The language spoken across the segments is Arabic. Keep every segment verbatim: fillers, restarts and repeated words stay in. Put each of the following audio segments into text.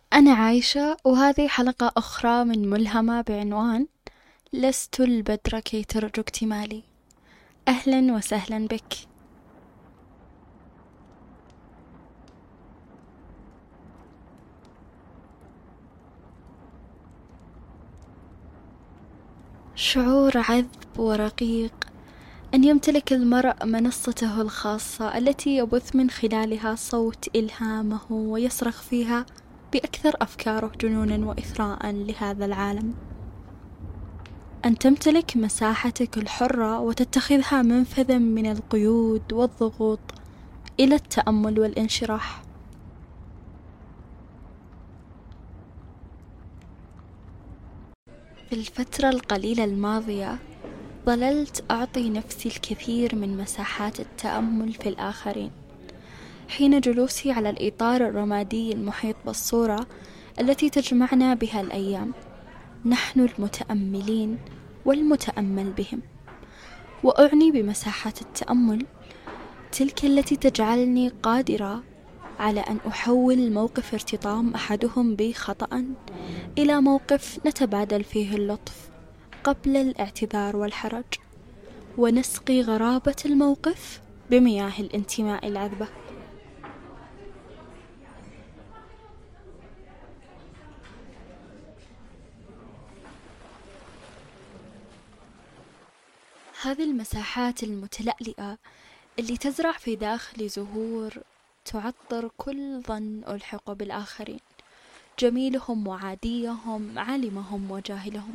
أنا عايشة وهذه حلقة أخرى من ملهمة بعنوان لست البدر كي ترجو اكتمالي. أهلا وسهلا بك. شعور عذب ورقيق أن يمتلك المرء منصته الخاصة التي يبث من خلالها صوت إلهامه ويصرخ فيها بأكثر أفكاره جنونا وإثراء لهذا العالم. أن تمتلك مساحتك الحرة وتتخذها منفذا من القيود والضغوط إلى التأمل والانشراح. في الفترة القليلة الماضية ظللت أعطي نفسي الكثير من مساحات التأمل في الآخرين، حين جلوسي على الإطار الرمادي المحيط بالصورة التي تجمعنا بها الأيام، نحن المتأملين والمتأمل بهم. وأعني بمساحات التأمل تلك التي تجعلني قادرة على أن أحول موقف ارتطام أحدهم بي خطأ إلى موقف نتبادل فيه اللطف قبل الاعتذار والحرج، ونسقي غرابة الموقف بمياه الانتماء العذبة. هذه المساحات المتلألئة اللي تزرع في داخلي زهور تعطر كل ظن ألحق بالآخرين، جميلهم وعاديهم، عالمهم وجاهلهم.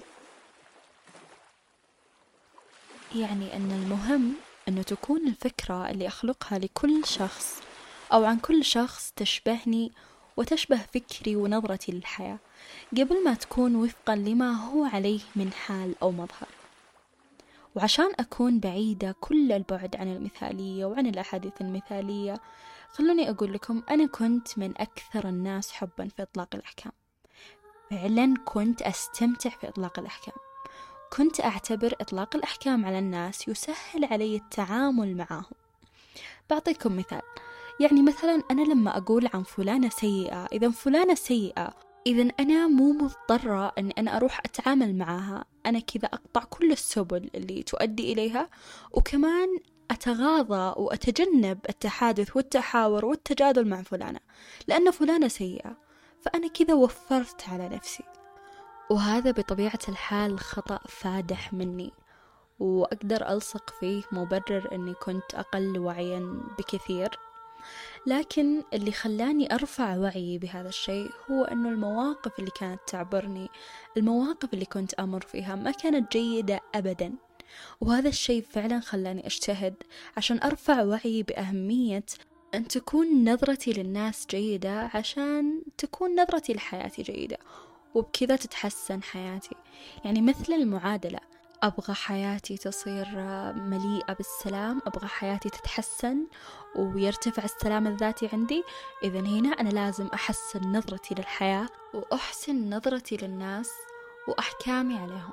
يعني أن المهم أن تكون الفكرة اللي أخلقها لكل شخص أو عن كل شخص تشبهني وتشبه فكري ونظرتي للحياة، قبل ما تكون وفقا لما هو عليه من حال أو مظهر. وعشان أكون بعيدة كل البعد عن المثالية وعن الأحاديث المثالية، خلوني أقول لكم أنا كنت من أكثر الناس حبا في إطلاق الأحكام. فعلا كنت أستمتع في إطلاق الأحكام، كنت أعتبر إطلاق الأحكام على الناس يسهل علي التعامل معهم. بعطيكم مثال، يعني مثلا أنا لما أقول عن فلانة سيئة، إذا فلانة سيئة، إذا أنا مو مضطرة أن أنا أروح أتعامل معها، أنا كذا أقطع كل السبل اللي تؤدي إليها، وكمان أتغاضى وأتجنب التحادث والتحاور والتجادل مع فلانة، لأن فلانة سيئة، فأنا كذا وفرت على نفسي. وهذا بطبيعة الحال خطأ فادح مني، وأقدر ألصق فيه مبرر أني كنت أقل وعيا بكثير. لكن اللي خلاني أرفع وعيي بهذا الشيء هو أنه المواقف اللي كانت تعبرني، المواقف اللي كنت أمر فيها ما كانت جيدة أبدا. وهذا الشيء فعلا خلاني أجتهد عشان أرفع وعيي بأهمية أن تكون نظرتي للناس جيدة عشان تكون نظرتي لحياتي جيدة، وبكذا تتحسن حياتي. يعني مثل المعادلة، أبغى حياتي تصير مليئة بالسلام، أبغى حياتي تتحسن ويرتفع السلام الذاتي عندي، إذن هنا أنا لازم أحسن نظرتي للحياة وأحسن نظرتي للناس وأحكامي عليهم.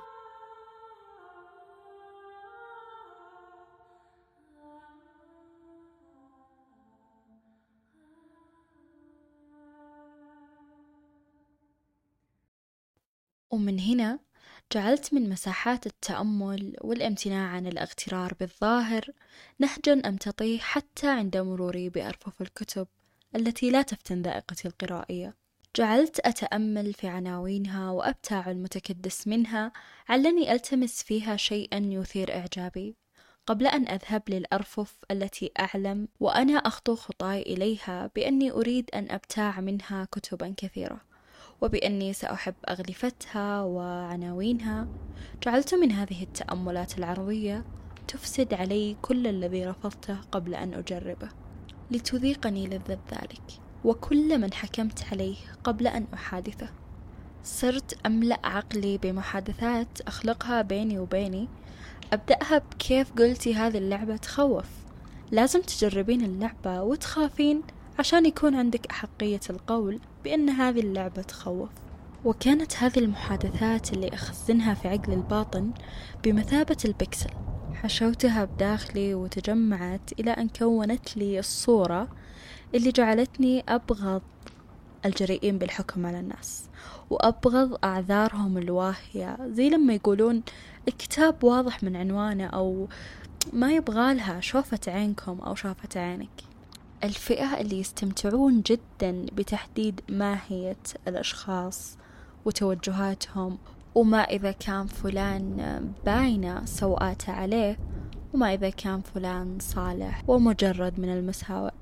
ومن هنا جعلت من مساحات التأمل والامتناع عن الاغترار بالظاهر نهجا أمتطيه حتى عند مروري بأرفف الكتب التي لا تفتن ذائقتي القرائية. جعلت أتأمل في عناوينها وأبتاع المتكدس منها، علني ألتمس فيها شيئا يثير إعجابي قبل أن أذهب للأرفف التي أعلم وأنا أخطو خطاي إليها بأني أريد أن أبتاع منها كتبا كثيرة، وبأني سأحب أغلفتها وعناوينها. جعلت من هذه التأملات العرضية تفسد علي كل الذي رفضته قبل أن أجربه، لتذيقني لذة ذلك وكل من حكمت عليه قبل أن أحادثه. صرت أملأ عقلي بمحادثات أخلقها بيني وبيني، أبدأها بكيف قلتي هذه اللعبة تخوف، لازم تجربين اللعبة وتخافين عشان يكون عندك أحقية القول بأن هذه اللعبة تخوف. وكانت هذه المحادثات اللي أخزنها في عقل الباطن بمثابة البكسل، حشوتها بداخلي وتجمعت إلى أن كونت لي الصورة اللي جعلتني أبغض الجريئين بالحكم على الناس، وأبغض أعذارهم الواهية، زي لما يقولون الكتاب واضح من عنوانه، أو ما يبغالها شوفة عينكم أو شوفة عينك. الفئة اللي يستمتعون جدا بتحديد ماهية الأشخاص وتوجهاتهم، وما إذا كان فلان باينة سوءاته عليه، وما إذا كان فلان صالح ومجرد من المساواة.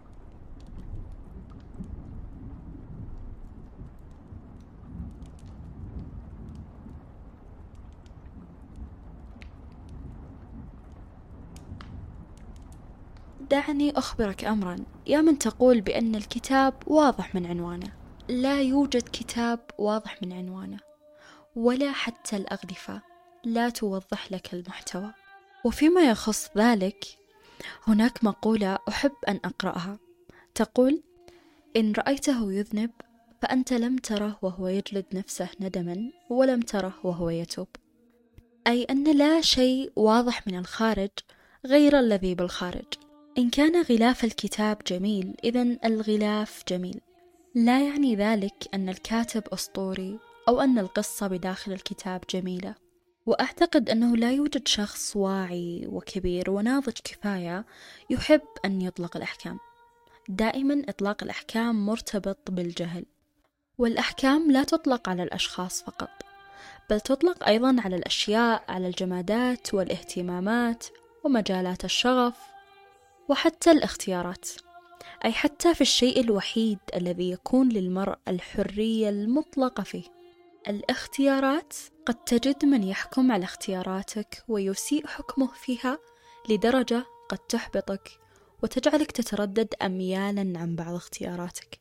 دعني أخبرك أمرا يا من تقول بأن الكتاب واضح من عنوانه. لا يوجد كتاب واضح من عنوانه، ولا حتى الأغلفة لا توضح لك المحتوى. وفيما يخص ذلك، هناك مقولة أحب أن أقرأها تقول: إن رأيته يذنب فأنت لم تره وهو يجلد نفسه ندما، ولم تره وهو يتوب. أي أن لا شيء واضح من الخارج غير الذي بالخارج. إن كان غلاف الكتاب جميل، إذن الغلاف جميل. لا يعني ذلك أن الكاتب أسطوري أو أن القصة بداخل الكتاب جميلة. وأعتقد أنه لا يوجد شخص واعي وكبير وناضج كفاية يحب أن يطلق الأحكام. دائما إطلاق الأحكام مرتبط بالجهل، والأحكام لا تطلق على الأشخاص فقط، بل تطلق أيضا على الأشياء، على الجمادات والاهتمامات ومجالات الشغف، وحتى الاختيارات. أي حتى في الشيء الوحيد الذي يكون للمرء الحرية المطلقة فيه، الاختيارات، قد تجد من يحكم على اختياراتك ويسيء حكمه فيها لدرجة قد تحبطك وتجعلك تتردد أميالا عن بعض اختياراتك.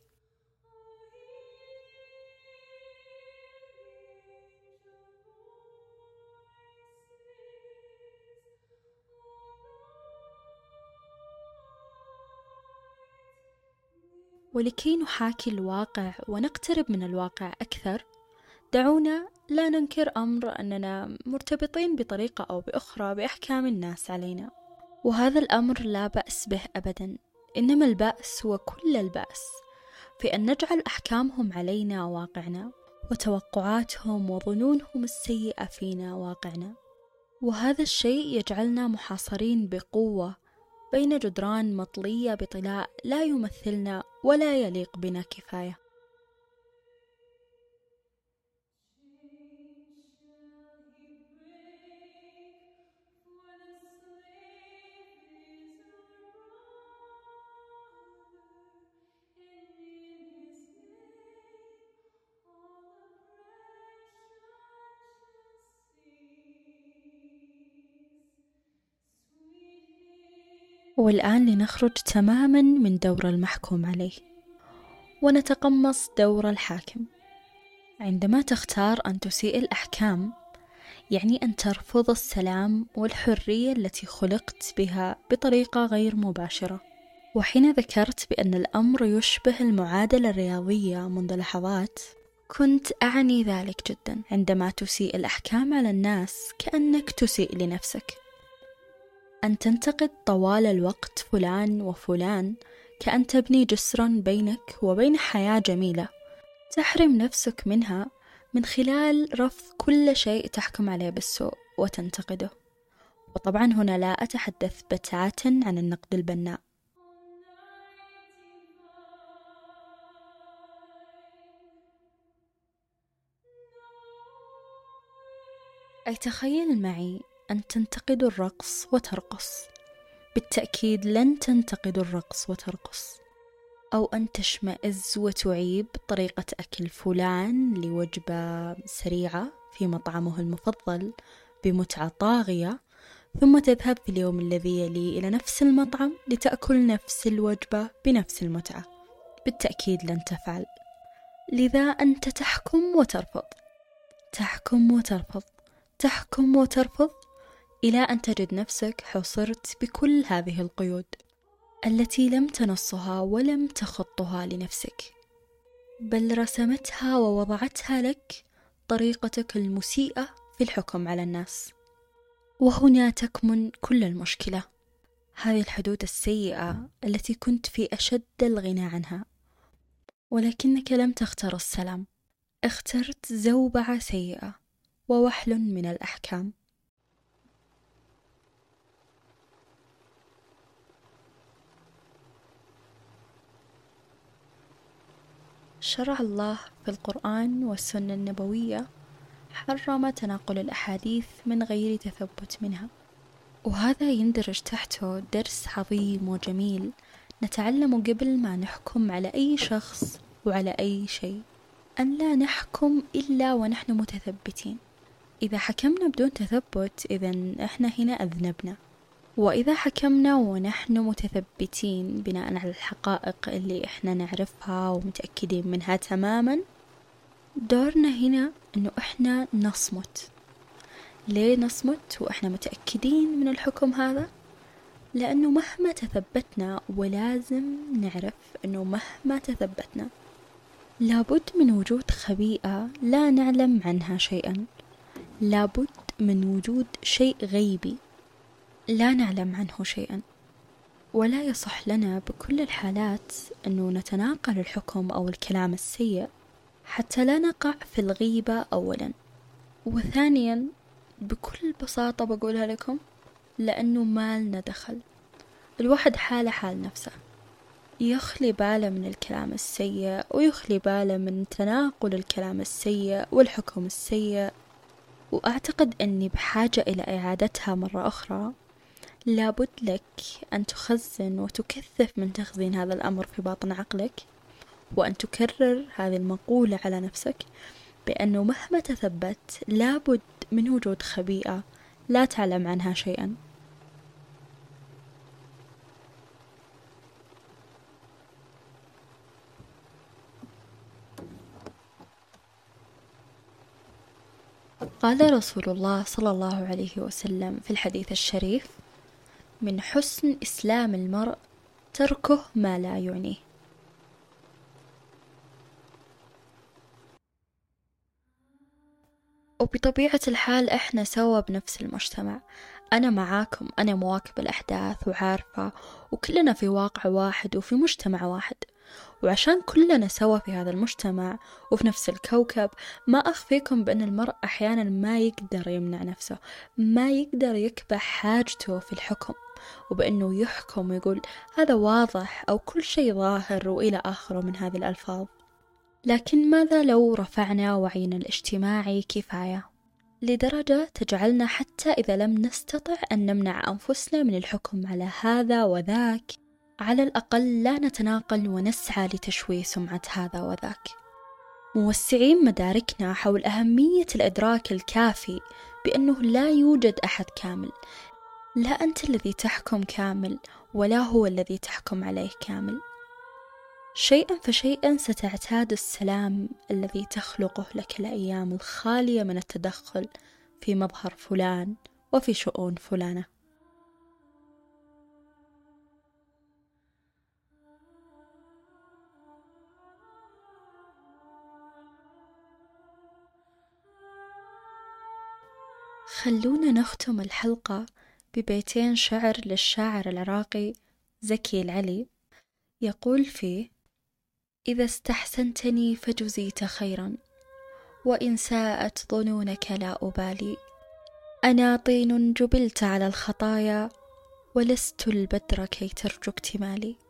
ولكي نحاكي الواقع ونقترب من الواقع أكثر، دعونا لا ننكر أمر أننا مرتبطين بطريقة أو بأخرى بأحكام الناس علينا، وهذا الأمر لا بأس به أبدا. إنما البأس وكل البأس في أن نجعل أحكامهم علينا واقعنا، وتوقعاتهم وظنونهم السيئة فينا واقعنا. وهذا الشيء يجعلنا محاصرين بقوة بين جدران مطلية بطلاء لا يمثلنا ولا يليق بنا كفاية. والآن لنخرج تماما من دور المحكوم عليه ونتقمص دور الحاكم. عندما تختار أن تسيء الأحكام، يعني أن ترفض السلام والحرية التي خلقت بها بطريقة غير مباشرة. وحين ذكرت بأن الأمر يشبه المعادلة الرياضية منذ لحظات، كنت أعني ذلك جدا. عندما تسيء الأحكام على الناس كأنك تسيء لنفسك. أن تنتقد طوال الوقت فلان وفلان كأن تبني جسرا بينك وبين حياة جميلة تحرم نفسك منها من خلال رفض كل شيء تحكم عليه بالسوء وتنتقده. وطبعا هنا لا أتحدث بتاتا عن النقد البناء. أي تخيل معي أن تنتقد الرقص وترقص. بالتأكيد لن تنتقد الرقص وترقص. أو أن تشمئز وتعيب طريقة أكل فلان لوجبة سريعة في مطعمه المفضل بمتعة طاغية، ثم تذهب في اليوم الذي يلي إلى نفس المطعم لتأكل نفس الوجبة بنفس المتعة. بالتأكيد لن تفعل. لذا أنت تحكم وترفض، تحكم وترفض، تحكم وترفض، إلى أن تجد نفسك حصرت بكل هذه القيود التي لم تنصها ولم تخطها لنفسك، بل رسمتها ووضعتها لك طريقتك المسيئة في الحكم على الناس. وهنا تكمن كل المشكلة، هذه الحدود السيئة التي كنت في أشد الغنى عنها. ولكنك لم تختر السلام، اخترت زوبعة سيئة ووحل من الأحكام. شرع الله في القرآن والسنة النبوية حرم تناقل الأحاديث من غير تثبت منها، وهذا يندرج تحته درس عظيم وجميل نتعلم قبل ما نحكم على أي شخص وعلى أي شيء، أن لا نحكم إلا ونحن متثبتين. إذا حكمنا بدون تثبت إذن إحنا هنا أذنبنا، وإذا حكمنا ونحن متثبتين بناء على الحقائق اللي إحنا نعرفها ومتأكدين منها تماما، دورنا هنا أنه إحنا نصمت. ليه نصمت وإحنا متأكدين من الحكم هذا؟ لأنه مهما تثبتنا، ولازم نعرف أنه مهما تثبتنا لابد من وجود خبيئة لا نعلم عنها شيئا، لابد من وجود شيء غيبي لا نعلم عنه شيئا. ولا يصح لنا بكل الحالات أنه نتناقل الحكم أو الكلام السيء حتى لا نقع في الغيبة أولا، وثانيا بكل بساطة بقولها لكم، لأنه ما لنا دخل. الواحد حاله حال نفسه، يخلي باله من الكلام السيء ويخلي باله من تناقل الكلام السيء والحكم السيء، وأعتقد أني بحاجة إلى إعادتها مرة أخرى. لابد لك أن تخزن وتكثف من تخزين هذا الأمر في باطن عقلك، وأن تكرر هذه المقولة على نفسك بأنه مهما تثبت لابد من وجود خبيئة لا تعلم عنها شيئا. قال رسول الله صلى الله عليه وسلم في الحديث الشريف: من حسن إسلام المرء تركه ما لا يعنيه. وبطبيعة الحال إحنا سوا بنفس المجتمع، أنا معاكم، أنا مواكب الأحداث وعارفة، وكلنا في واقع واحد وفي مجتمع واحد، وعشان كلنا سوا في هذا المجتمع وفي نفس الكوكب، ما أخفيكم بأن المرء أحيانا ما يقدر يمنع نفسه، ما يقدر يكبح حاجته في الحكم، وبأنه يحكم ويقول هذا واضح أو كل شيء ظاهر وإلى آخره من هذه الألفاظ. لكن ماذا لو رفعنا وعينا الاجتماعي كفاية لدرجة تجعلنا حتى إذا لم نستطع أن نمنع أنفسنا من الحكم على هذا وذاك، على الأقل لا نتناقل ونسعى لتشويه سمعة هذا وذاك، موسعين مداركنا حول أهمية الإدراك الكافي بأنه لا يوجد أحد كامل، لا أنت الذي تحكم كامل ولا هو الذي تحكم عليه كامل. شيئا فشيئا ستعتاد السلام الذي تخلقه لك الأيام الخالية من التدخل في مظهر فلان وفي شؤون فلانة. خلونا نختم الحلقة ببيتين شعر للشاعر العراقي زكي العلي، يقول فيه: إذا استحسنتني فجزيت خيرا، وإن ساءت ظنونك لا أبالي، أنا طين جبلت على الخطايا، ولست البدر كي ترجو اكتمالي.